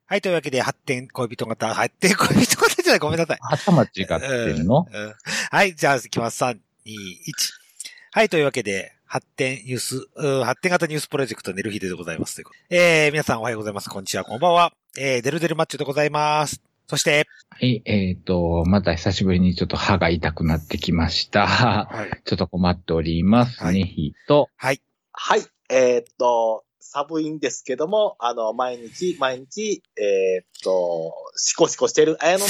はい、というわけで、発展恋人型じゃない、ごめんなさい。 頭違ってるの、 はい、じゃあ、行きます。3、2、1。はい、というわけで、発展型ニュースプロジェクト寝る日でございます。皆さんおはようございます。こんにちは、こんばんは。デルデルマッチョでございます。そして、 はい、また久しぶりにちょっと歯が痛くなってきました。はい、ちょっと困っております。ねひと。 はい。 はい、寒いんですけども、毎日、シコシコしてるあやのです。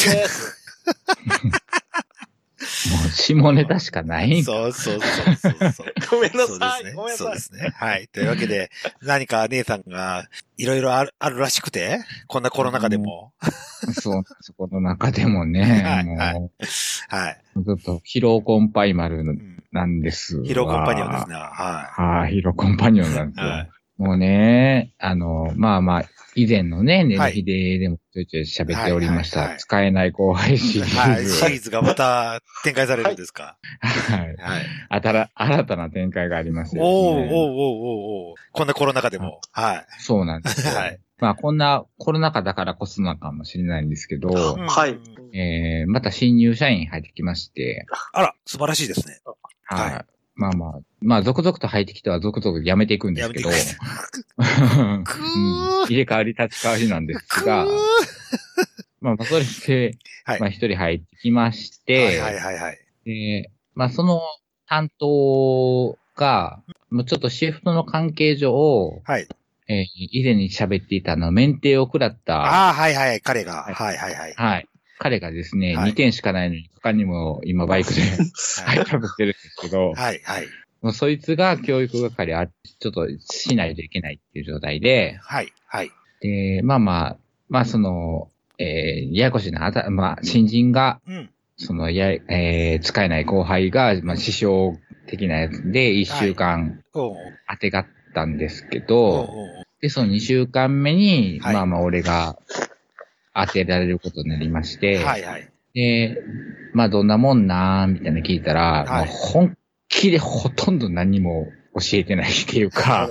もう下ネタしかないんか。 そう。 ごめんなさい。 そうですね。はい。というわけで、何か姉さんがいろいろあるらしくて、こんなコロナ禍でも。 そう、そこの中でもね、 はい。 ちょっと疲労コンパイマルなんですわ。 疲労コンパニオンですね。はい。 疲労コンパニオンなんですよ。もうね、以前のね、寝る日でもちょいちょい喋っておりました。使えない後輩シリーズ。 はい、シリーズがまた展開されるんですか。 はい。新たな展開がありまして、ね。 おー。こんなコロナ禍でも。はい。 そうなんですよ。はい。こんなコロナ禍だからこそなのかもしれないんですけど。 はい。 また新入社員入ってきまして。 あら、素晴らしいですね。 はい。続々と入ってきては続々辞めていくんですけど。入れ替わり立ち替わりなんですが。それで、一人入ってきまして。 はい。 で、その担当が、ちょっとシフトの関係上、 はい。 以前に喋っていた免停を食らった。 はい。彼が。はい。 はい。彼がですね、2点しかないのに、他にも今バイクで配達してるんですけど、 はい。 もうそいつが教育係ちょっとしないといけないっていう状態で、 はい。 で、ややこしいな、新人が、使えない後輩が、師匠的なやつで1週間当てがったんですけど、で、その2週間目に、俺が当てられることになりまして、で、どんなもんなーみたいな聞いたら、本気でほとんど何も教えてないっていうか、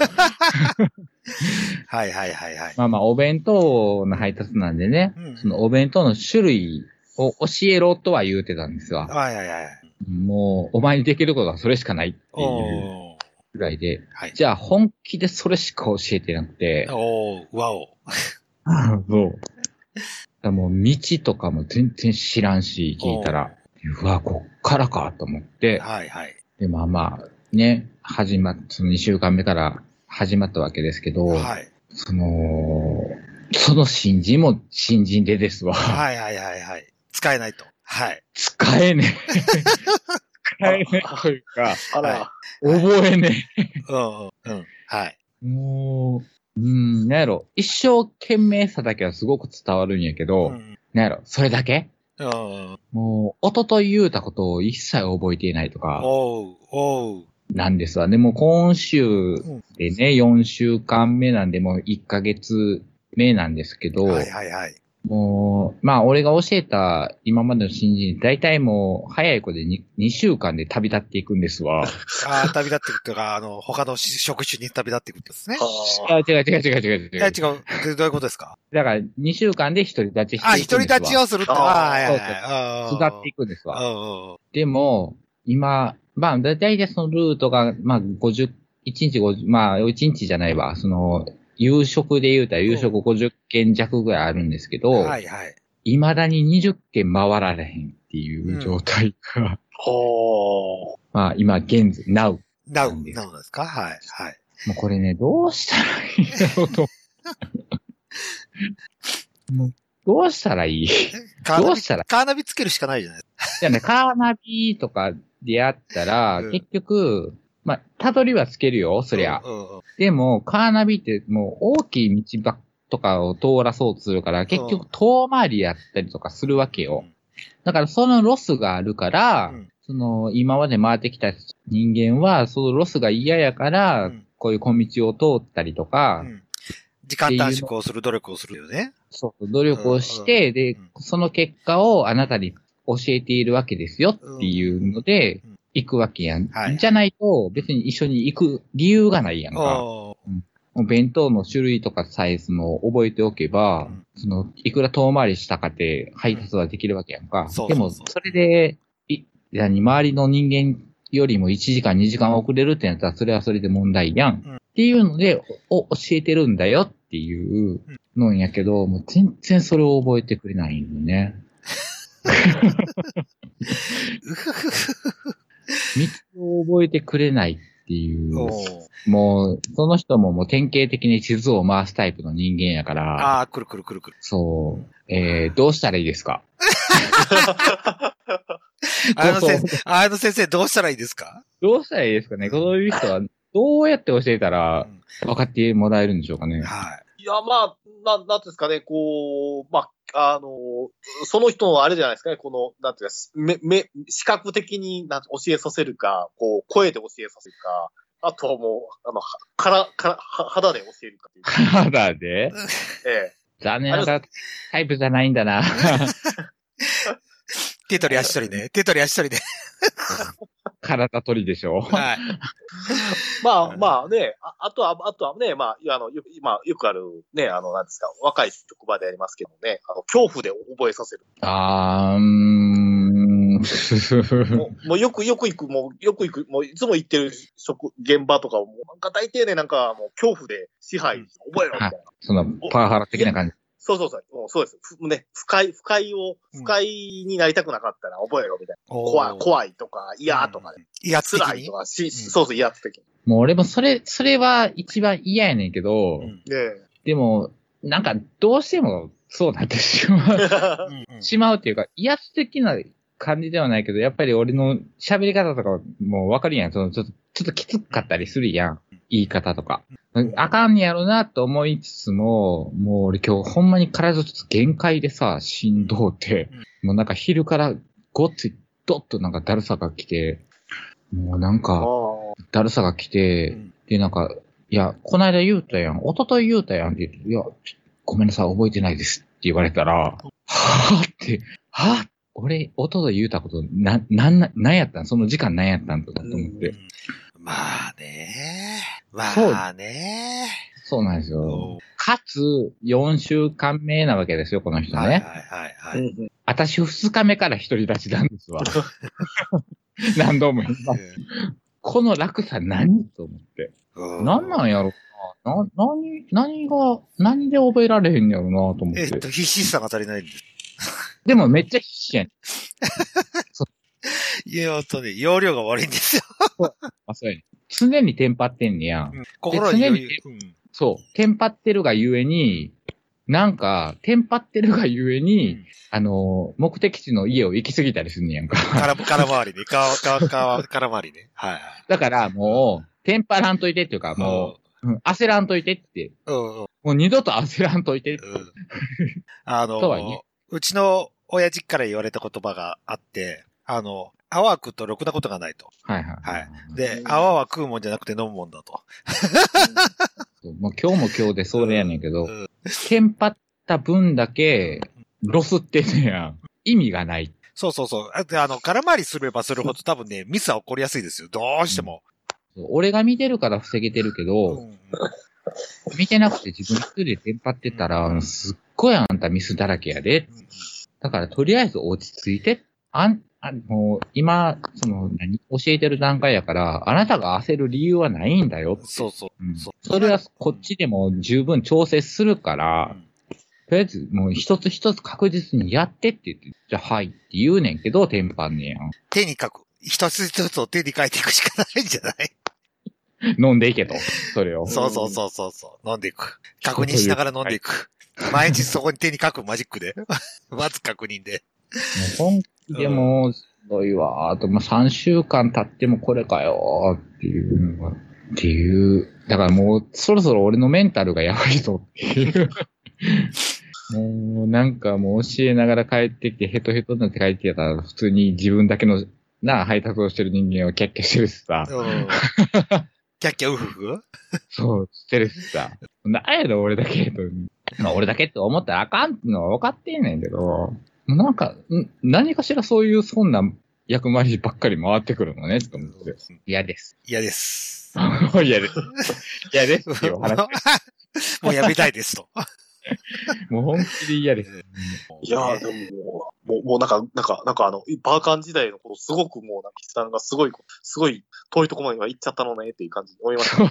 はい。 お弁当の配達なんでね、そのお弁当の種類を教えろとは言うてたんですわ。 はい。 もう、お前にできることはそれしかないっていうぐらいで、じゃあ本気でそれしか教えてなくて、 わお。 そう。もう道とかも全然知らんし、聞いたら、うわ、こっからかと思って、 はい。 で、ね、その2週間目から始まったわけですけど、その新人も新人でですわ。 はい。使えないと。はい。 使えねえ。使えねえというか、覚えねえ。 はい。 もう、なんやろ、一生懸命さだけはすごく伝わるんやけど、なんやろ、それだけもう、一昨日言うたことを一切覚えていないとか、なんですわ。でも今週でね、4週間目なんで、もう1ヶ月目なんですけど、もう、俺が教えた今までの新人、大体もう、早い子で 2週間で旅立っていくんですわ。 旅立っていくとか、他の職種に旅立っていくんですね。 違う。 違う。どういうことですか？ だから、2週間で一人立ちしていくんですわ。 一人立ちをするって。 そう。育っていくんですわ。でも、今、だいたいそのルートが、1日1日じゃないわ。夕食で言うたら夕食50件弱ぐらいあるんですけど、未だに20件回られへんっていう状態が、今now ですか？はい。 もうこれね、どうしたらいいんだろうと。もうどうしたらいいカーナビつけるしかないじゃないですか。 じゃあね、カーナビとかでやったら、結局、たどりはつけるよ、そりゃ。でも、カーナビってもう大きい道とかを通らそうとするから、結局遠回りやったりとかするわけよ。だからそのロスがあるから、今まで回ってきた人間は、そのロスが嫌やから、こういう小道を通ったりとか、 時間短縮をする努力をするよね。 そう、努力をして、で、その結果をあなたに教えているわけですよっていうので、行くわけやん。じゃないと別に一緒に行く理由がないやんか。 弁当の種類とかサイズも覚えておけば、いくら遠回りしたかって配達はできるわけやんか。でも、それで、周りの人間よりも1時間2時間遅れるってなったら、それはそれで問題やん。っていうので、教えてるんだよっていうのんやけど、もう全然それを覚えてくれないんだよね。道を覚えてくれないっていう。もう、その人ももう典型的に地図を回すタイプの人間やから。 ああ、くるくるくるくる。 そう。どうしたらいいですか？ あの先生、どうしたらいいですか？ どうしたらいいですかね？そういう人は、どうやって教えたら、分かってもらえるんでしょうかね？ はい。いや、まあ、なんですかね、まあ、その人のあれじゃないですかね、なんていうか、視覚的に教えさせるか、声で教えさせるか、あとはもう、肌で教えるかっていう。 肌でええ。 残念ながらタイプじゃないんだな。 手取り足取りね。手取り足取りね。 体取りでしょ。はい。 まあね、あとはね、よくあるね、なんですか、若い職場でありますけどね、恐怖で覚えさせる。もうよく行く、もういつも行ってる現場とかも、なんか大抵ね、なんかもう恐怖で支配、覚えろみたいな。 そのパワハラ的な感じ。 そうです。ね、不快になりたくなかったら覚えろみたいな。怖いとか、嫌とかね。辛いとか、威圧的に。 もう俺もそれは一番嫌やねんけど、でも、なんかどうしてもそうなってしまうっていうか、威圧的な感じではないけど、やっぱり俺の喋り方とかもうわかるやん。ちょっときつかったりするやん。言い方とか。あかんやろなと思いつつも、もう俺今日ほんまに体ちょっと限界でさ、しんどうて、もうなんか昼からごっついドッとなんかだるさが来て、もうなんか、だるさが来て、でなんか、いや、こないだ言うたやん、一昨日言うたやんって言って、いや、ごめんなさい、覚えてないですって言われたら、俺、一昨日言うたこと、なんやったんその時間なんやったんとかと思って。 まあね。 そうなんですよ。かつ、4週間目なわけですよ、この人ね。はい。私、2日目から独り立ちなんですわ。何度も言います。この楽さ何と思って。何なんやろな。何で覚えられへんやろなと思って。 必死さが足りないんです。 でもめっちゃ必死やん。 いや、容量が悪いんですよ。 そうやね。常にテンパってんねやん。 心に余裕。 そう。テンパってるがゆえに、テンパってるがゆえに、目的地の家を行き過ぎたりすんねやんか。 空回りね。空回りね。はい。 だからもう、テンパらんといてっていうか、もう、焦らんといてって。もう二度と焦らんといてって。 うちの親父から言われた言葉があって、泡は食うとろくなことがないと。はい。で、泡は食うもんじゃなくて飲むもんだと。 もう今日も今日でそれやねんけど、テンパった分だけ、ロスってねやん。意味がない。 そう。空回りすればするほど多分ね、ミスは起こりやすいですよ。どうしても。 俺が見てるから防げてるけど、見てなくて自分一人でテンパってたら、すっごいあんたミスだらけやで。だからとりあえず落ち着いて。もう今、教えてる段階やから、あなたが焦る理由はないんだよ。 そう。 それはこっちでも十分調整するから、とりあえずもう一つ一つ確実にやってって言って、じゃあはいって言うねんけど、テンパんねやん。 手に書く。一つ一つを手に書いていくしかないんじゃない飲んでいけと。それを。 そう。飲んでいく。確認しながら飲んでいく。毎日そこに手に書くマジックで。まず確認で。 本気でも、すごいわ。あと、3週間経ってもこれかよっていう。だからもう、そろそろ俺のメンタルがやばいぞっていう。もう、なんかもう教えながら帰ってきて、ヘトヘトになって帰ってきたら、普通に自分だけの、配達をしてる人間はキャッキャしてるしさ。 キャッキャウフフそう、してるしさ。なんやろ、俺だけと。俺だけって思ったらあかんってのは分かってんねんけど、なんか、何かしらそういうそんな役回りばっかり回ってくるのね、と思って。嫌です。 もう嫌です。嫌ですよ、話。 もうやめたいですと。 もう本気で嫌です。 いやでもなんかバーカン時代のことすごくもう、なんか、さんがすごい遠いところまでは行っちゃったのねっていう感じに思いました。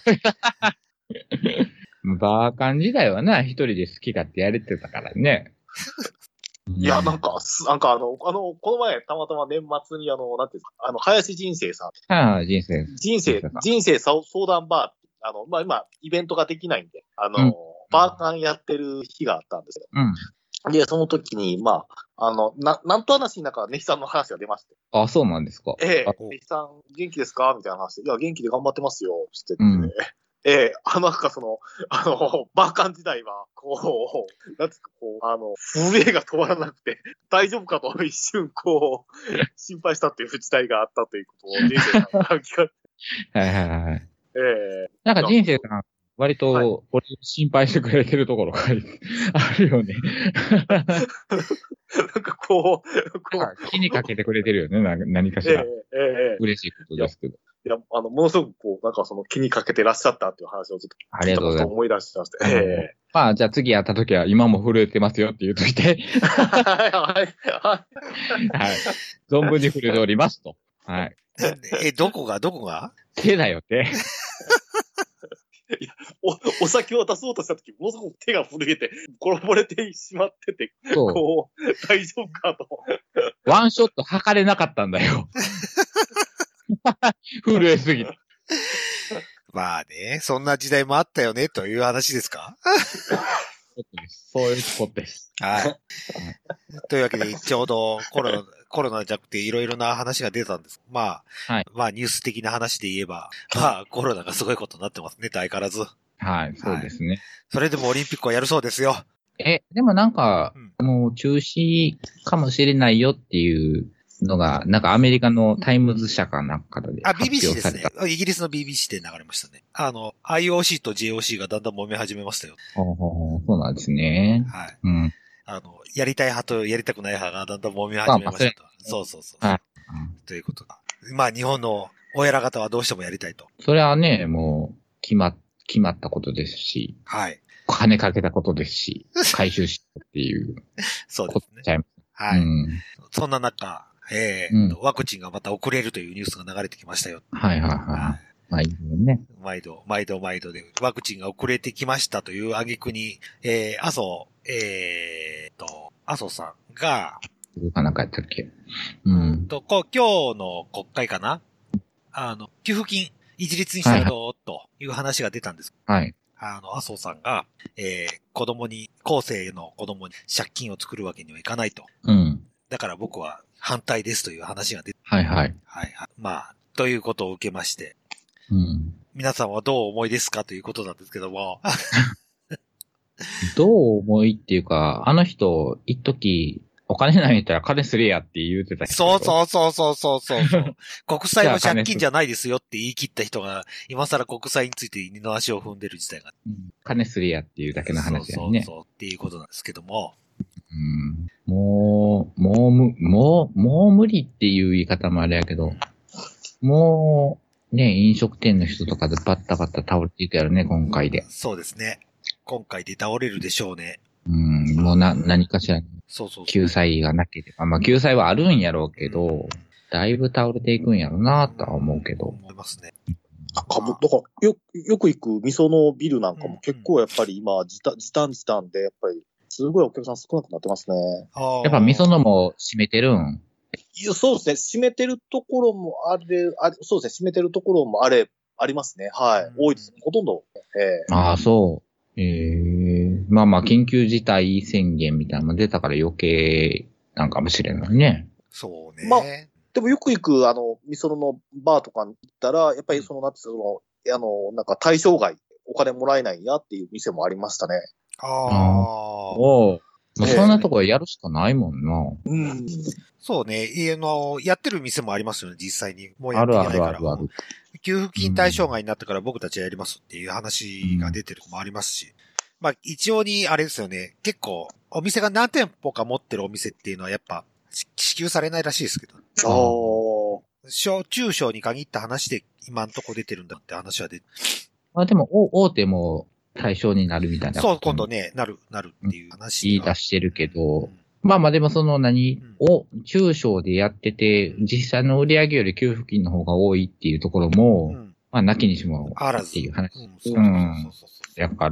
バーカン時代はな、一人で好き勝手やれてたからね。 いや、なんか、この前、たまたま年末になんていうんですか、林人生さん。 ああ、人生相談バーって、今、イベントができないんで、バーカンやってる日があったんですよ。 うん。 で、その時に、なんと話になんか、ネヒさんの話が出まして。 あ、そうなんですか。 ネヒさん、元気ですかみたいな話で。いや、元気で頑張ってますよ。してて、なんかバーカン時代は、こう、なんつうか、震えが止まらなくて、大丈夫かと一瞬、心配したっていう時代があったということを、人生さんが聞かれて。 はい。なんか人生さん、割と、俺心配してくれてるところがあるよね。 なんか気にかけてくれてるよね、何かしら。嬉しいことですけど。 いや、ものすごくなんか気にかけてらっしゃったっていう話をちょっとありがとうございます。 思い出しまして。 まあ、じゃあ次会った時は今も震えてますよって言うといて。 はい。 存分に震えておりますと。はい。 どこが手だよ、手。 いや、お酒を出そうとした時、ものすごく手が震えて、転ばれてしまってて、大丈夫かと。 ワンショット測れなかったんだよ。震えすぎて。 まあね、そんな時代もあったよね、という話ですか？ そういうことです。 はい。というわけで、ちょうどコロナじゃなくていろいろな話が出たんです。まあニュース的な話で言えば、コロナがすごいことになってますね、相変わらず。 はい、そうですね。 それでもオリンピックはやるそうですよ。 でもなんか、もう中止かもしれないよっていうのが、なんかアメリカのタイムズ社かなんかで発表された。 BBC ですね。イギリスの BBC で流れましたね。IOC と JOC がだんだん揉め始めましたよ。 そうなんですね。 はい。 うん。 やりたい派とやりたくない派がだんだん揉め始めましたと。そう。 はい。 ということだ。まあ日本のお偉方はどうしてもやりたいと。 それはね、もう決まったことですし。 はい。 金かけたことですし、回収したっていう。 そうですね。はい。そんな中、ワクチンがまた遅れるというニュースが流れてきましたよ。 はい。毎度ね。 毎度で、ワクチンが遅れてきましたという挙句に、麻生さんが、 なんかやったっけ？ 今日の国会かな？給付金一律にしたらどうという話が出たんです。 はい。 麻生さんが、後世の子供に借金を作るわけにはいかないと。だから僕は反対ですという話が出て。はい。まあ、ということを受けまして。皆さんはどうお思いですかということなんですけども。 どう思いっていうか、あの人、一時お金ないんやったら金すれやって言うてた人。 そう。国債は借金じゃないですよって言い切った人が、今更国債について二の足を踏んでる時代が。 金すれやっていうだけの話やね。 そうっていうことなんですけども。 もう無理っていう言い方もあれやけど、もう、ね、飲食店の人とかでバッタ倒れていたやろね、今回で。 そうですね。今回で倒れるでしょうね。 もう何かしら。救済がなければ。まあ救済はあるんやろうけど、だいぶ倒れていくんやろうなとは思うけど。 思いますね。 だからよく行く味噌のビルなんかも結構やっぱり今、時短で、やっぱり、すごいお客さん少なくなってますね。 やっぱ味噌のも閉めてるん？ いや、そうですね。閉めてるところもそうですね。閉めてるところもありますね。はい。多いですね。ほとんど。 そう。まあ、緊急事態宣言みたいなのが出たから余計なんかもしれないね。 そうね。 まあ、でもよく行く、味噌のバーとかに行ったら、やっぱりなんか対象外、お金もらえないんやっていう店もありましたね。 そんなとこやるしかないもんな。 そうね。やってる店もありますよね、実際に。もうやってないから。ある。給付金対象外になったから僕たちはやりますっていう話が出てるのもありますし。まあ、一応に、あれですよね。結構、お店が何店舗か持ってるお店っていうのはやっぱ、支給されないらしいですけど。 中小に限った話で今んとこ出てるんだって話は出て。 でも、大手も対象になるみたいな。 そう、今度ね、なるっていう話。 言い出してるけど、でも中小でやってて、実際の売り上げより給付金の方が多いっていうところも、なきにしもあらずっていう話。だから、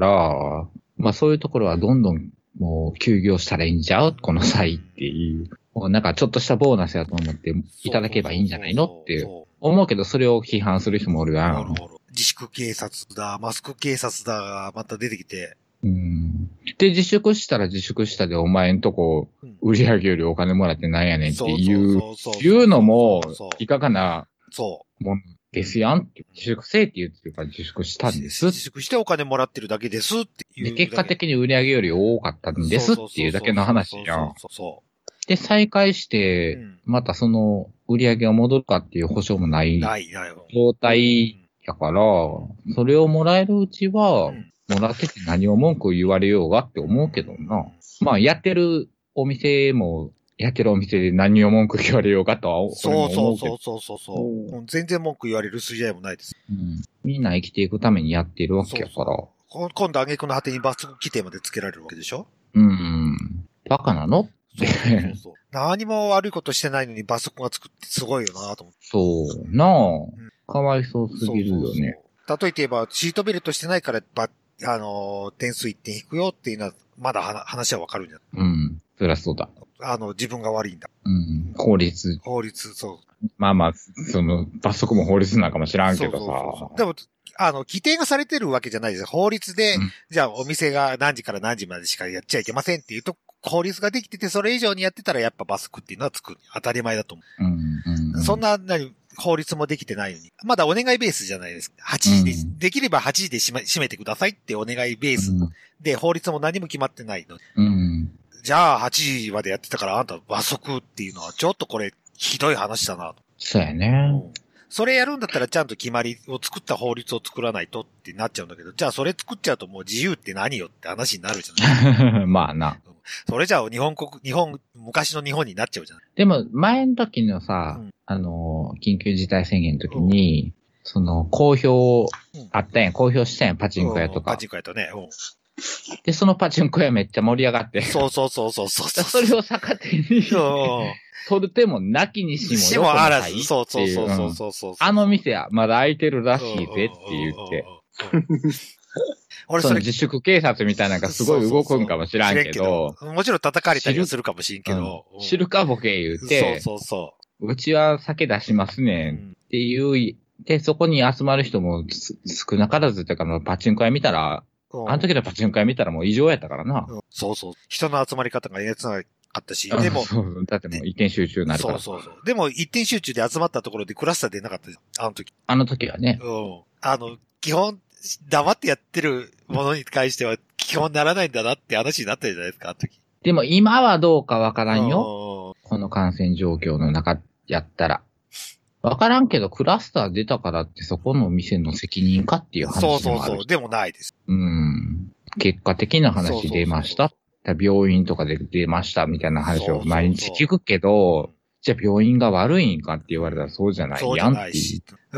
そういうところはどんどんもう休業したらいいんちゃうこの際っていう。なんかちょっとしたボーナスやと思っていただけばいいんじゃないのって思うけど、それを批判する人もおるやん。 自粛警察だ、マスク警察だがまた出てきて。 で、自粛したでお前んとこ、売り上げよりお金もらってなんやねんっていうのも、いかがなもんですやんって。自粛せえって言ってるから自粛したんです。 自粛してお金もらってるだけですっていう。 で、結果的に売り上げより多かったんですっていうだけの話やん。で、再開して、またその売り上げが戻るかっていう保証もない状態やから、それをもらえるうちは、もらってて何を文句言われようがって思うけどな。やってるお店で何を文句言われようかとは思うけど。 そう。全然文句言われる筋合いもないです。 みんな生きていくためにやってるわけやから。 今度挙句の果てに罰規定までつけられるわけでしょ？ バカなの？ そう。何も悪いことしてないのに罰則がつくってすごいよなと思って。 そうなあ。かわいそうすぎるよね。 例えて言えば、シートベルトしてないから、点数1点引くよっていうのは、まだ話はわかるんじゃない？ そりゃそうだ。 自分が悪いんだ。 法律、 そう。 罰則も法律なんかも知らんけどさ。 でも、規定がされてるわけじゃないです。法律で、じゃあお店が何時から何時までしかやっちゃいけませんっていうと、法律ができてて、それ以上にやってたらやっぱ罰則っていうのはつく。当たり前だと思う。そんな、法律もできてないのに。まだお願いベースじゃないですか。8時で、できれば8時で閉めてくださいってお願いベースで、法律も何も決まってないの。じゃあ8時までやってたからあんた罰則っていうのはちょっとこれひどい話だなと。 そうやね。 それやるんだったらちゃんと決まりを作った法律を作らないとってなっちゃうんだけど、じゃあそれ作っちゃうともう自由って何よって話になるじゃないまあな。 それじゃあ昔の日本になっちゃうじゃない。 でも前の時のさ、緊急事態宣言の時に、公表あったやん、公表したやん、パチンコ屋とか。 パチンコ屋とね。 で、そのパチンコ屋めっちゃ盛り上がって。 そう。それを逆手に、取る手もなきにしもあらず。そう。 あの店はまだ開いてるらしいぜって言って。俺その自粛警察みたいなのがすごい動くんかもしらんけど。 もちろん叩かれたりはするかもしれんけど。 知るかボケ言うて。うちは酒出しますねんっていう。で、そこに集まる人も少なからずってか、パチンコ屋見たら、あの時のパチンコ屋見たらもう異常やったからな。 そう。人の集まり方がやつなかったし、でも。 だってもう一点集中になるから。 そう。でも一点集中で集まったところでクラスター出なかったじゃん、 あの時はね。 基本、黙ってやってるものに関しては基本ならないんだなって話になったじゃないですか、あの時。 でも今はどうかわからんよ。この感染状況の中やったら。わからんけど、クラスター出たからってそこの店の責任かっていう話もある。 そう。でもないです。 結果的な話出ました。病院とかで出ましたみたいな話を毎日聞くけど、じゃあ病院が悪いんかって言われたらそうじゃないやんっていう。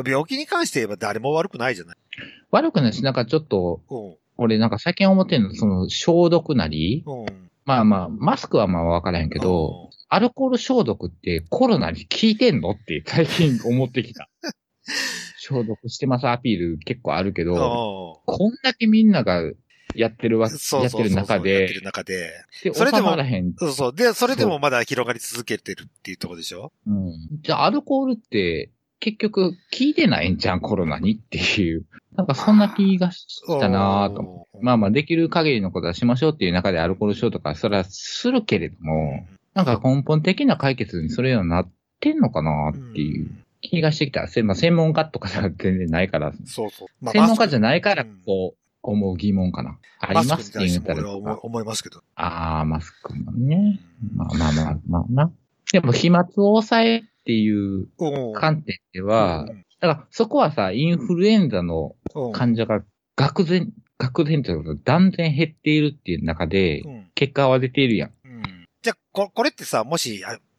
病気に関して言えば誰も悪くないじゃない。 悪くないし、なんかちょっと、俺なんか最近思ってんの、消毒なり、マスクはわからへんけど、アルコール消毒ってコロナに効いてんのって最近思ってきた。消毒してますアピール結構あるけど、こんだけみんながやってる中で、それでも、で、それでもまだ広がり続けてるっていうところでしょ？ じゃあアルコールって結局効いてないんじゃん、コロナにっていう。なんかそんな気がしたなぁと。できる限りのことはしましょうっていう中でアルコール消毒はそれはするけれども、なんか根本的な解決にそれようになってんのかなっていう気がしてきた。専門家とかじゃ全然ないから。専門家じゃないからこう思う疑問かな。ありますって言ったら。 思いますけど。 マスクもね。まあ。でも飛沫を抑えっていう観点では、だからそこはさ、インフルエンザの患者が愕然というか断然減っているっていう中で、結果は出ているやん。 じゃあ、これってさ、もし、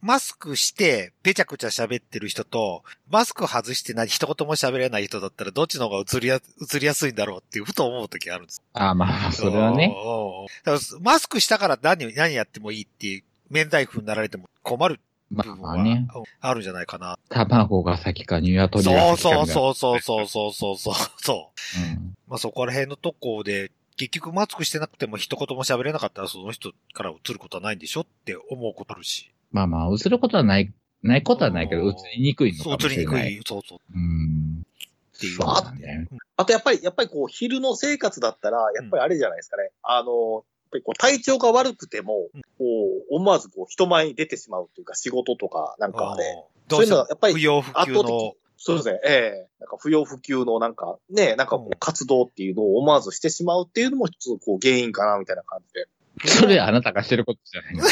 マスクして、べちゃくちゃ喋ってる人と、マスク外して一言も喋れない人だったら、どっちの方が映りやすいんだろうっていう、ふと思う時があるんです。 まあ、それはね。 だからマスクしたから何やってもいいっていう、免罪符になられても困る部分は、ね、あるんじゃないかな。 卵が先か鶏が先か。 そう。まあそこら辺のとこで、結局マスクしてなくても一言も喋れなかったらその人から映ることはないんでしょって思うことあるし。 まあまあ、映ることはないことはないけど、映りにくいのかもしれない。 映りにくい。そう。 っていう。あとやっぱりこう、昼の生活だったら、やっぱりあれじゃないですかね。やっぱりこう体調が悪くても、こう、思わずこう、人前に出てしまうというか、仕事とかなんかで、そういうのはやっぱり、 不要不急の。 そうですね。なんか不要不急のなんかね、なんかこう活動っていうのを思わずしてしまうっていうのも一つこう原因かなみたいな感じで。 それあなたがしてることじゃないの。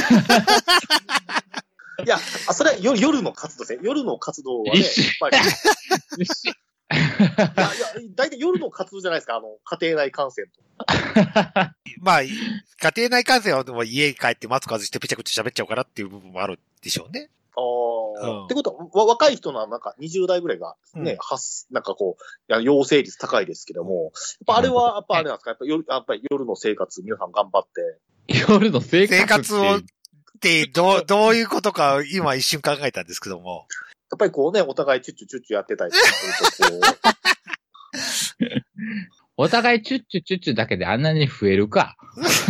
いや、それは夜の活動ですね。夜の活動はね、やっぱり。いや、大体夜の活動じゃないですか、家庭内感染と。 まあ、家庭内感染はでも家帰ってマスク外してぺちゃくちゃ喋っちゃうからっていう部分もあるでしょうね。 ってことは、若い人のなんか20代ぐらいがね、なんかこう、陽性率高いですけども、やっぱあれは、やっぱあれなんですか、やっぱり夜の生活、皆さん頑張って。 夜の生活をってどういうことか今一瞬考えたんですけども。 やっぱりこうね、お互いチュッチュやってたりするとこう。 お互いチュッチュだけであんなに増えるか。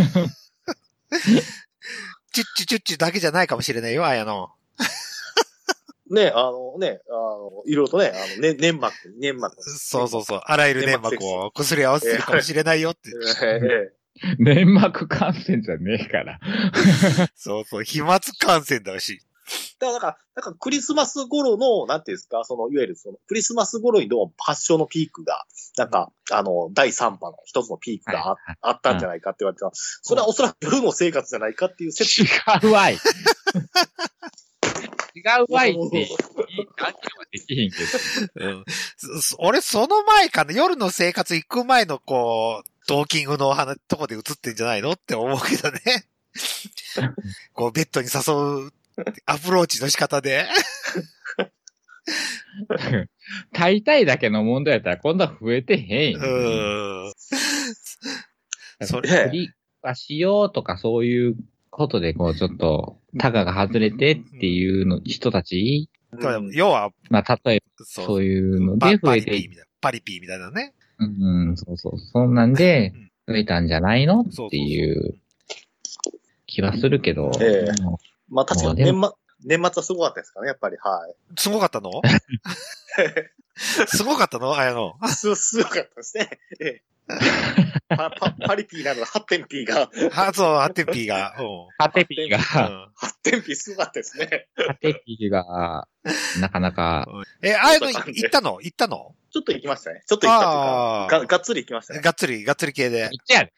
チュッチュだけじゃないかもしれないよ、あやの。 ね、いろいろとね、粘膜。 そう。あらゆる粘膜を薬合わせてるかもしれないよって。 粘膜感染じゃねえから。 そう、飛沫感染だし。 だからなんかクリスマス頃の、なんていうんですか、いわゆるクリスマス頃にどうも発症のピークが、なんか、第3波の一つのピークがあったんじゃないかって言われてた。それはおそらく夜の生活じゃないかっていう説。 違うわい。違うわいっていい感じはできひんけど。 俺その前かな、夜の生活行く前のこう、トーキングのとこで映ってんじゃないのって思うけどね。こう、ベッドに誘うアプローチの仕方で。 大体だけの問題やったら今度は増えてへんよ。それ。繰り返しようとかそういうことでこうちょっと、タガが外れてっていうの人たち。 要は、 まあ、例えば、そういうので増えてパリピーみたいなね。 そう。そんなんで、増えたんじゃないのっていう気はするけど。 まあ確かに年末はすごかったですかね、やっぱり、はい。 すごかったのすごかったのあやの。 すごかったですね。パリピーなの8点ピーが。 そう、8点ピーが。 8点ピーが。 8点ピーすごかったですね。 8点ピーが、なかなか。 あやの行ったのちょっと行きましたね。ちょっと行ったっていうか、がっつり行きましたね。 がっつり系で。 行っちゃ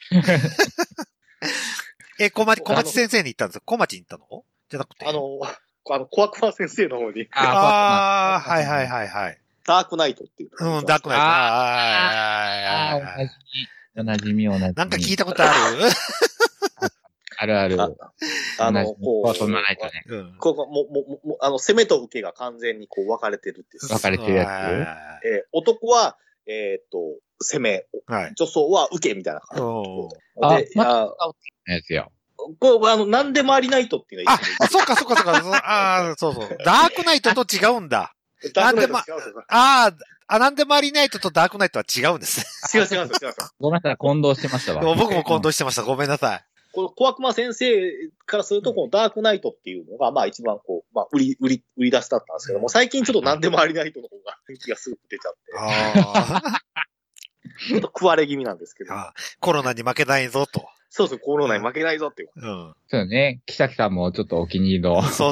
う。 小町先生に行ったんですか？小町に行ったのじゃなくて。 コアクマ先生の方に。 はい。 ダークナイトっていう。 ダークナイト。 おなじみ。なんか聞いたことあるある。こう、そんなないとね。 攻めと受けが完全にこう分かれてるっていう。 分かれてるやつ。 男は、攻め。女装は受けみたいな感じ。 やつよ。 これ、なんでもありナイトっていうのがいい。 そっか。そう。ダークナイトと違うんだ。なんでもありナイトとダークナイトは違うんです。 違う。 ごめんなさい、混同してましたわ。 僕も混同してました。ごめんなさい。 この小悪魔先生からすると、このダークナイトっていうのが、まあ一番こう、まあ売り出しだったんですけども、最近ちょっとなんでもありナイトの方が人気がすぐ出ちゃって。ちょっと食われ気味なんですけど。 コロナに負けないぞと。 そう、コロナに負けないぞっていう。 そうね。キサキさんもちょっとお気に入りの。 そう。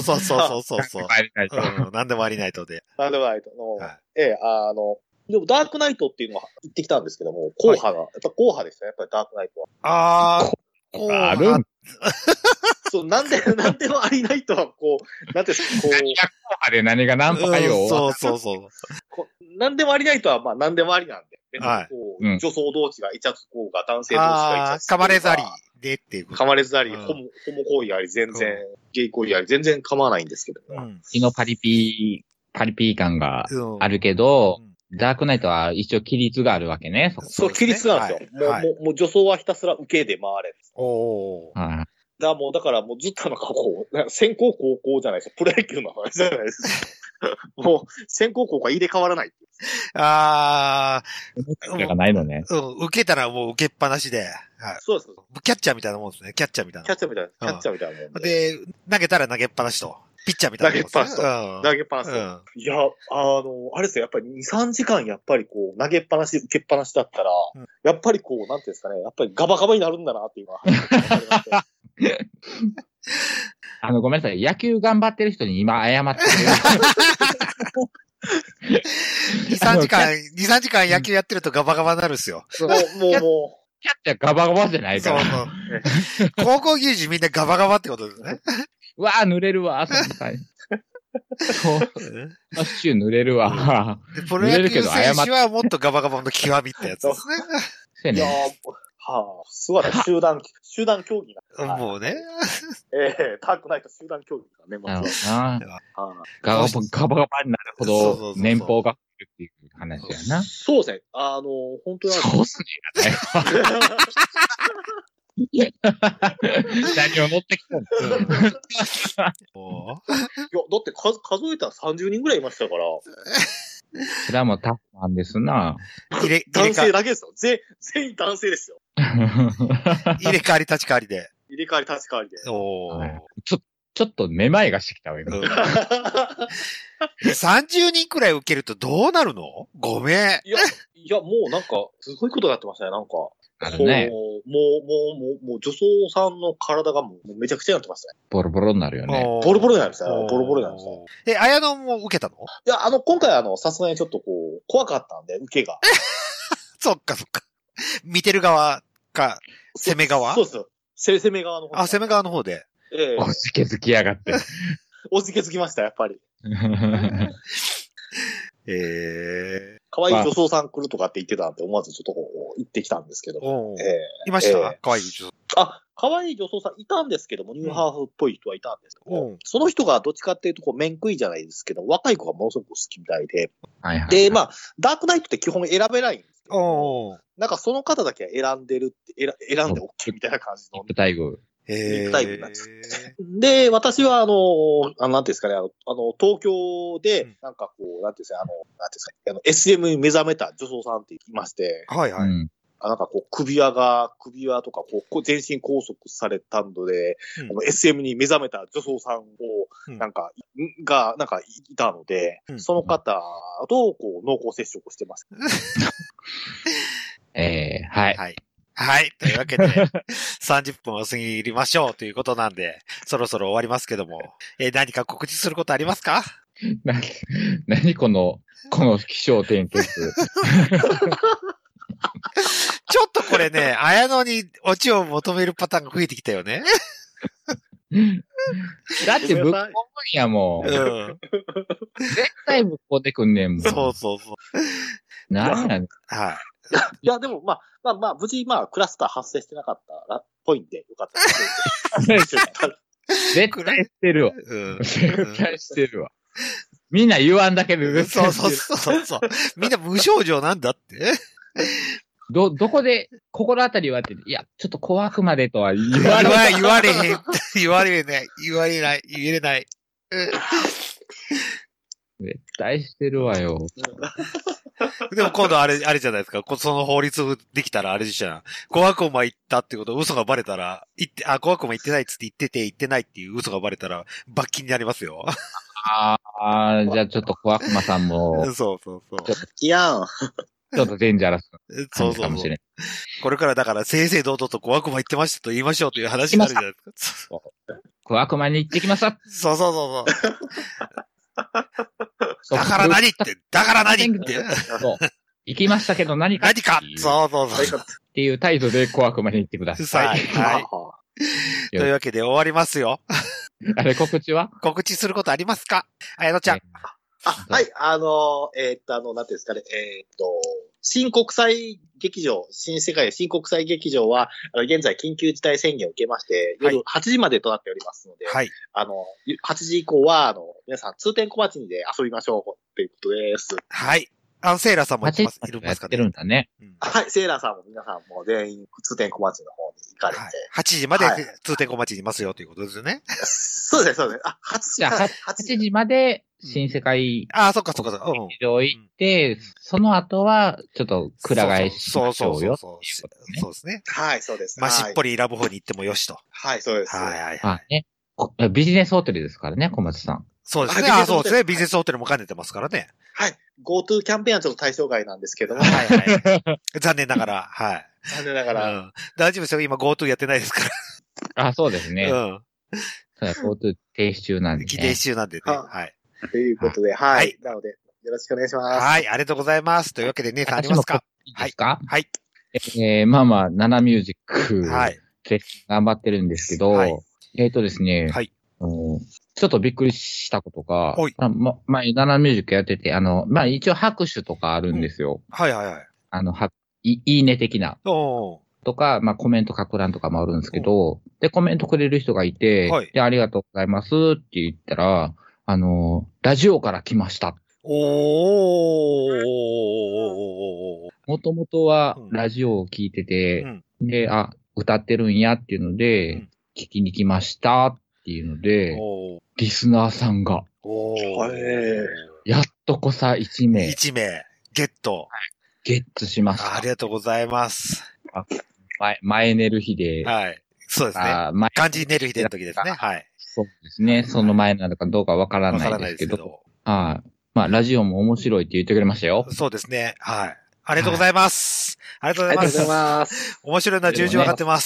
なんでもありナイトで。 なんでもありナイトの。でもダークナイトっていうのは行ってきたんですけども、硬派が、やっぱ硬派でしたね、やっぱりダークナイトは。 あるそう、なんでもありナイトはこう、なんていうか、こう。 何が硬派で何がナンパかよ。 そう。 なんでもありナイトは、まあなんでもありなんで。 はい。 女装同士がイチャつこうが、男性同士がイチャつこうが。 噛まれざりでっていうこと。 噛まれざり、ホモ行為あり、全然、ゲイ行為あり、全然構わないんですけど。 血のパリピー感があるけど、ダークナイトは一応規律があるわけね。 そう、規律なんですよ。もう女装はひたすら受けで回れる。だからもうずっと先行高校じゃないですか。プロ野球の話じゃないですか。もう、先行高校は入れ替わらない。 がないのね。 受けたらもう受けっぱなしで。 そうです。 キャッチャーみたいなもんですね。キャッチャーみたいなもんで。投げたら投げっぱなしと。ピッチャーみたいなもんですね。 投げっぱなしと。いや、あれですよ。やっぱり2、3時間やっぱり投げっぱなし、受けっぱなしだったら、やっぱりなんていうんですかね。やっぱりガバガバになるんだなっていうのは。 ごめんなさい。野球頑張ってる人に今謝ってる。2、3時間野球やってるとガバガバになるんですよ。 もう。 キャッチャーガバガバじゃないから。 そう。高校球児みんなガバガバってことですね。 うわぁ、濡れるわ、そう。マッシュ濡れるわ。 プロ野球選手はもっとガバガバの極みってやつですね。 いやすごい集団競技が。もうね。 ダークナイト集団競技がね、まずは。 ガバガバになるほど年俸が増えるっていう話やな。 そうですね。本当に。 そうっすね。何を乗ってきたんですか。 いや、だって数えたら30人ぐらいいましたから。 それはもうタフなんですな。 男性だけですよ。全員男性ですよ。 入れ替わり立ち替わりで。 入れ替わり立ち替わりで。 ちょっとめまいがしてきたわ、今。 30人くらい受けるとどうなるの？ごめん。 いや、もうなんか、すごいことになってましたね、なんか。 あるね。 もう女装さんの体がもうめちゃくちゃになってましたね。 ボロボロになるよね。 ボロボロになりましたよ。ボロボロになりました。 綾野も受けたの？いや、今回さすがにちょっと怖かったんで、受けが。 そっか。見てる側か、攻め側？ そうですよ。攻め側の方。 攻め側の方で。 おじけづきやがって。 おじけづきました、やっぱり。可愛い女装さん来るとかって言ってたんで、思わずちょっと行ってきたんですけど。 いました可愛い女装。 可愛い女装さんいたんですけども、ニューハーフっぽい人はいたんですけど、その人がどっちかっていうと、面食いじゃないですけど、若い子がものすごく好きみたいで。で、ダークナイトって基本選べないんですけど、なんかその方だけは選んで OK みたいな感じの。 タイプになっちゃって。で、私はなんていうんですかね、東京で、なんかなんていうんですか、SM に目覚めた女装さんっていまして、 はいはい。 なんか首輪とか全身拘束されたので、SM に目覚めた女装さんを、なんかいたので、その方と濃厚接触してます。 はい。 はい。というわけで、30分を過ぎましょうということなんで、そろそろ終わりますけども、何か告知することありますか？ 何この気象転結。 ちょっとこれね、綾野にオチを求めるパターンが増えてきたよね。 だってぶっ込むんやもん。絶対ぶっ込んでくんねんもん。 そう。 なんやねん。 はい。 いや、でも無事クラスター発生してなかったっぽいんで、よかったです。 絶対してるわ。絶対してるわ。みんな言わんだけでそう。みんな無症状なんだって。 どこで、心当たりはって、いや、ちょっと怖くまでとは言われへん。言えない。 絶対してるわよ。 でも今度あれじゃないですか。その法律できたらあれじゃん。小悪魔行ったってこと、嘘がバレたら、小悪魔行ってないっつって言ってないっていう嘘がバレたら、罰金になりますよ。 じゃあちょっと小悪魔さんも。 そう。 いやん。 ちょっとデンジャラス感じかもしれん。 これからだから正々堂々と小悪魔行ってましたと言いましょうという話になるじゃないですか。 小悪魔に行ってきました。 そう。だから何って。 そう。行きましたけど何か。 そう。 っていう態度で小悪魔に行ってください。 はい。というわけで終わりますよ。 あれ告知は？ 告知することありますか？綾野ちゃん。 はい、なんていうんですかね、 新国際劇場、新世界新国際劇場は、現在緊急事態宣言を受けまして、夜8時までとなっておりますので、はい。8時以降は、皆さん通天小町にで遊びましょう、ということです。 はい。セーラーさんもいますかね。 やってるんだね。 はい、セーラーさんも皆さんも全員通天小町の方に行かれて。はい、 8時まで通天小町にいますよということですよね。 そうですね、そうですね。 8時まで新世界。 そっかそっかそっか。 劇場行って、その後はちょっとくら替えしましょうよ。 そうですね。 はい、そうです。 まあ、しっぽりラブホに行ってもよしと。 はい、そうです。 はい。ビジネスホテルですからね、小松さん。 そうですね。そうですね。ビジネスホテルも兼ねてますからね。 はい。GoTo キャンペーンはちょっと対象外なんですけども。 残念ながら、はい。 残念ながら。 大丈夫ですよ。今 GoTo やってないですから。そうですね。GoTo 停止中なんでね。 停止中なんでね。はい。 ということで、はい。なので、よろしくお願いします。 はい。ありがとうございます。というわけで、姉さんありますか？ いいですか？ はい。 ナナミュージック。はい。頑張ってるんですけど、ですね。はい。ちょっとびっくりしたことが、前、ナナミュージックやってて、一応拍手とかあるんですよ。 はい。 いいね的な。とか、コメント書く欄とかもあるんですけど、で、コメントくれる人がいて、で、ありがとうございますって言ったら、ラジオから来ました。もともとはラジオを聞いてて、で、歌ってるんやっていうので、聞きに来ましたっていうので、リスナーさんが、やっとこさ1名。 1名、ゲット。 ゲットしました。 ありがとうございます。 前寝る日で。 はい。そうですね。漢字寝る日での時ですね。はい。 そうですね。その前なのかどうかわからないですけど。はい。ラジオも面白いって言ってくれましたよ。 そうですね。はい。ありがとうございます。ありがとうございます。 ありがとうございます。 面白いのは重々わかってます。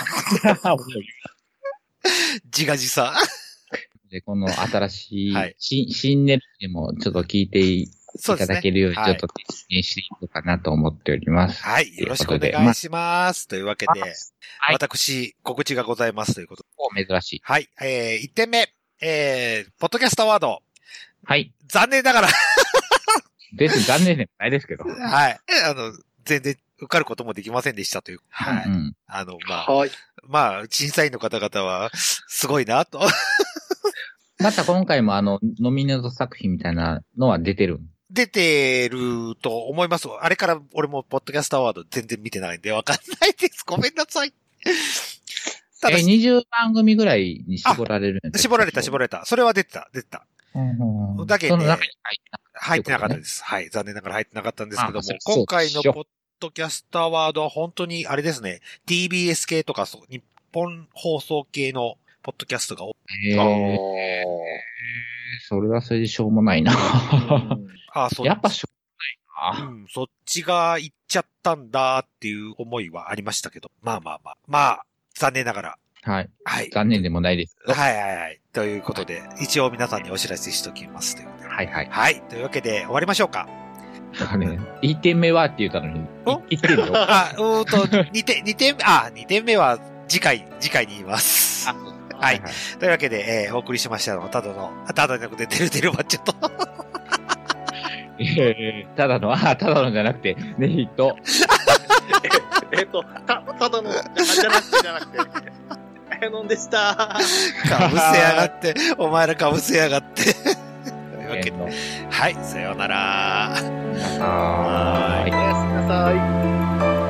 自画自賛。 で、この新しい、新ネルでもちょっと聞いていただけるようにちょっと実現していこうかなと思っております。 はい。よろしくお願いします。というわけで、私、告知がございますということで。珍しい。 はい。1点目、ポッドキャストアワード。 はい。 残念ながら。 別に残念でもないですけど。 はい。全然受かることもできませんでしたという。はい。審査員の方々は、すごいなと。 また今回もノミネート作品みたいなのは出てると思います。あれから俺もポッドキャストアワード全然見てないんでわかんないです。ごめんなさい。 ただ20番組ぐらいに絞られるんです絞られた。それは出てた。だけど、ね、入ってなかったです。はい。残念ながら入ってなかったんですけども、今回のポッドキャストアワードは本当にあれですね、TBS 系とか日本放送系のポッドキャストが多い。 それはそれでしょうもないな。やっぱしょうもないな。 そっちが行っちゃったんだっていう思いはありましたけど、まあ、残念ながら。 はい。残念でもないです。 はい。ということで、一応皆さんにお知らせしときますということで。はい。というわけで、終わりましょうか。 1点目はって言ったのに、1点よ。 2点目は次回に言います。はい。というわけで、お送りしましたのは、ただので、てるマッチョと。 ただのじゃなくて、ネヒと。 ただの、じゃなくて。のんでした。 かぶせやがって。お前らかぶせやがって。というわけで。はい、さようなら。 はい。おやすみなさい。